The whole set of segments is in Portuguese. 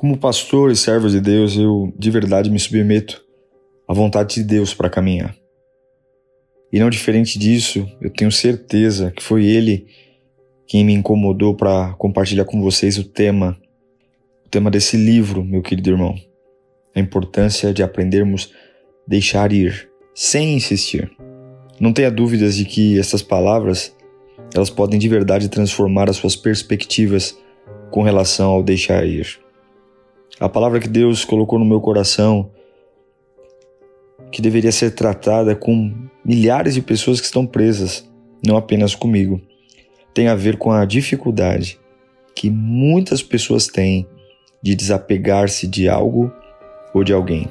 Como pastor e servo de Deus, eu de verdade me submeto à vontade de Deus para caminhar. E não diferente disso, eu tenho certeza que foi Ele quem me incomodou para compartilhar com vocês o tema desse livro, meu querido irmão. A importância de aprendermos a deixar ir, sem insistir. Não tenha dúvidas de que essas palavras, elas podem de verdade transformar as suas perspectivas com relação ao deixar ir. A palavra que Deus colocou no meu coração, que deveria ser tratada com milhares de pessoas que estão presas, não apenas comigo, tem a ver com a dificuldade que muitas pessoas têm de desapegar-se de algo ou de alguém.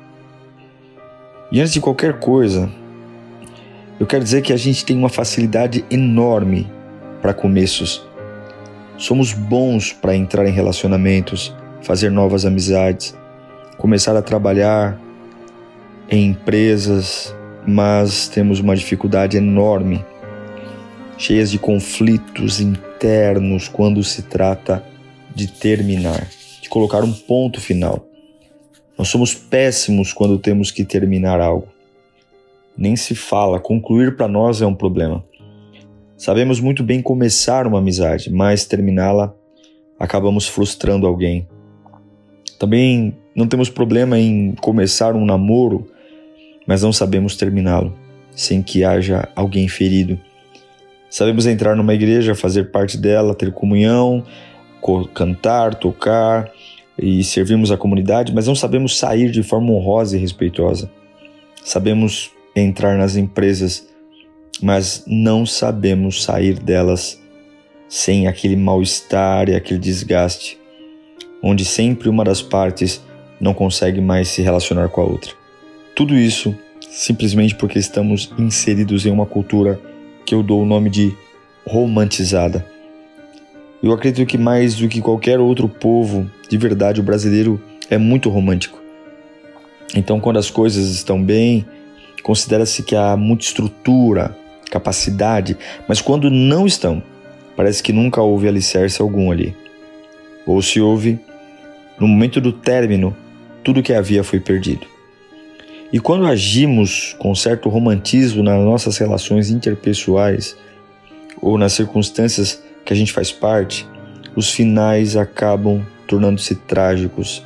E antes de qualquer coisa, eu quero dizer que a gente tem uma facilidade enorme para começos. Somos bons para entrar em relacionamentos, fazer novas amizades, começar a trabalhar em empresas, mas temos uma dificuldade enorme, cheias de conflitos internos quando se trata de terminar, de colocar um ponto final. Nós somos péssimos quando temos que terminar algo. Nem se fala, concluir para nós é um problema. Sabemos muito bem começar uma amizade, mas terminá-la acabamos frustrando alguém. Também não temos problema em começar um namoro, mas não sabemos terminá-lo, sem que haja alguém ferido. Sabemos entrar numa igreja, fazer parte dela, ter comunhão, cantar, tocar e servirmos a comunidade, mas não sabemos sair de forma honrosa e respeitosa. Sabemos entrar nas empresas, mas não sabemos sair delas sem aquele mal-estar e aquele desgaste, onde sempre uma das partes não consegue mais se relacionar com a outra. Tudo isso simplesmente porque estamos inseridos em uma cultura que eu dou o nome de romantizada. Eu acredito que mais do que qualquer outro povo, de verdade, o brasileiro é muito romântico. Então, quando as coisas estão bem, considera-se que há muita estrutura, capacidade, mas quando não estão, parece que nunca houve alicerce algum ali. Ou se houve, no momento do término, tudo que havia foi perdido. E quando agimos com certo romantismo nas nossas relações interpessoais ou nas circunstâncias que a gente faz parte, os finais acabam tornando-se trágicos.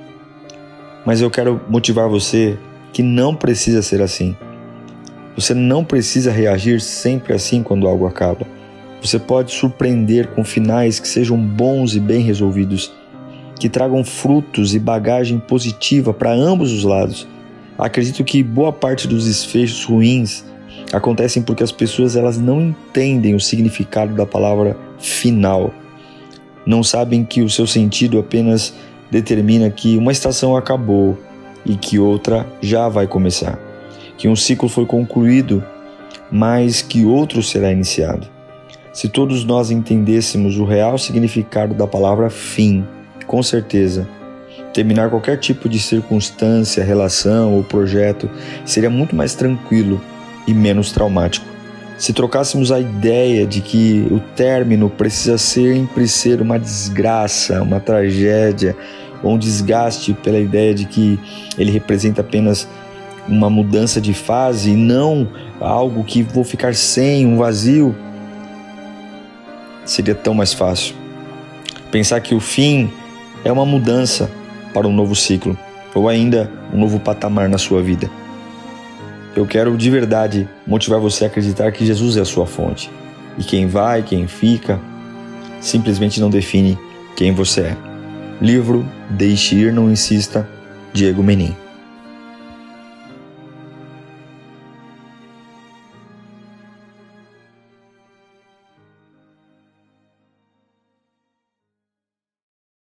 Mas eu quero motivar você que não precisa ser assim. Você não precisa reagir sempre assim quando algo acaba. Você pode surpreender com finais que sejam bons e bem resolvidos, que tragam frutos e bagagem positiva para ambos os lados. Acredito que boa parte dos desfechos ruins acontecem porque as pessoas elas não entendem o significado da palavra final. Não sabem que o seu sentido apenas determina que uma estação acabou e que outra já vai começar. Que um ciclo foi concluído, mas que outro será iniciado. Se todos nós entendêssemos o real significado da palavra fim, com certeza, terminar qualquer tipo de circunstância, relação ou projeto seria muito mais tranquilo e menos traumático. Se trocássemos a ideia de que o término precisa sempre ser uma desgraça, uma tragédia, ou um desgaste pela ideia de que ele representa apenas uma mudança de fase e não algo que vou ficar sem, um vazio, seria tão mais fácil. Pensar que o fim é uma mudança para um novo ciclo, ou ainda um novo patamar na sua vida. Eu quero de verdade motivar você a acreditar que Jesus é a sua fonte. E quem vai, quem fica, simplesmente não define quem você é. Livro Deixe Ir, Não Insista, Diego Menin.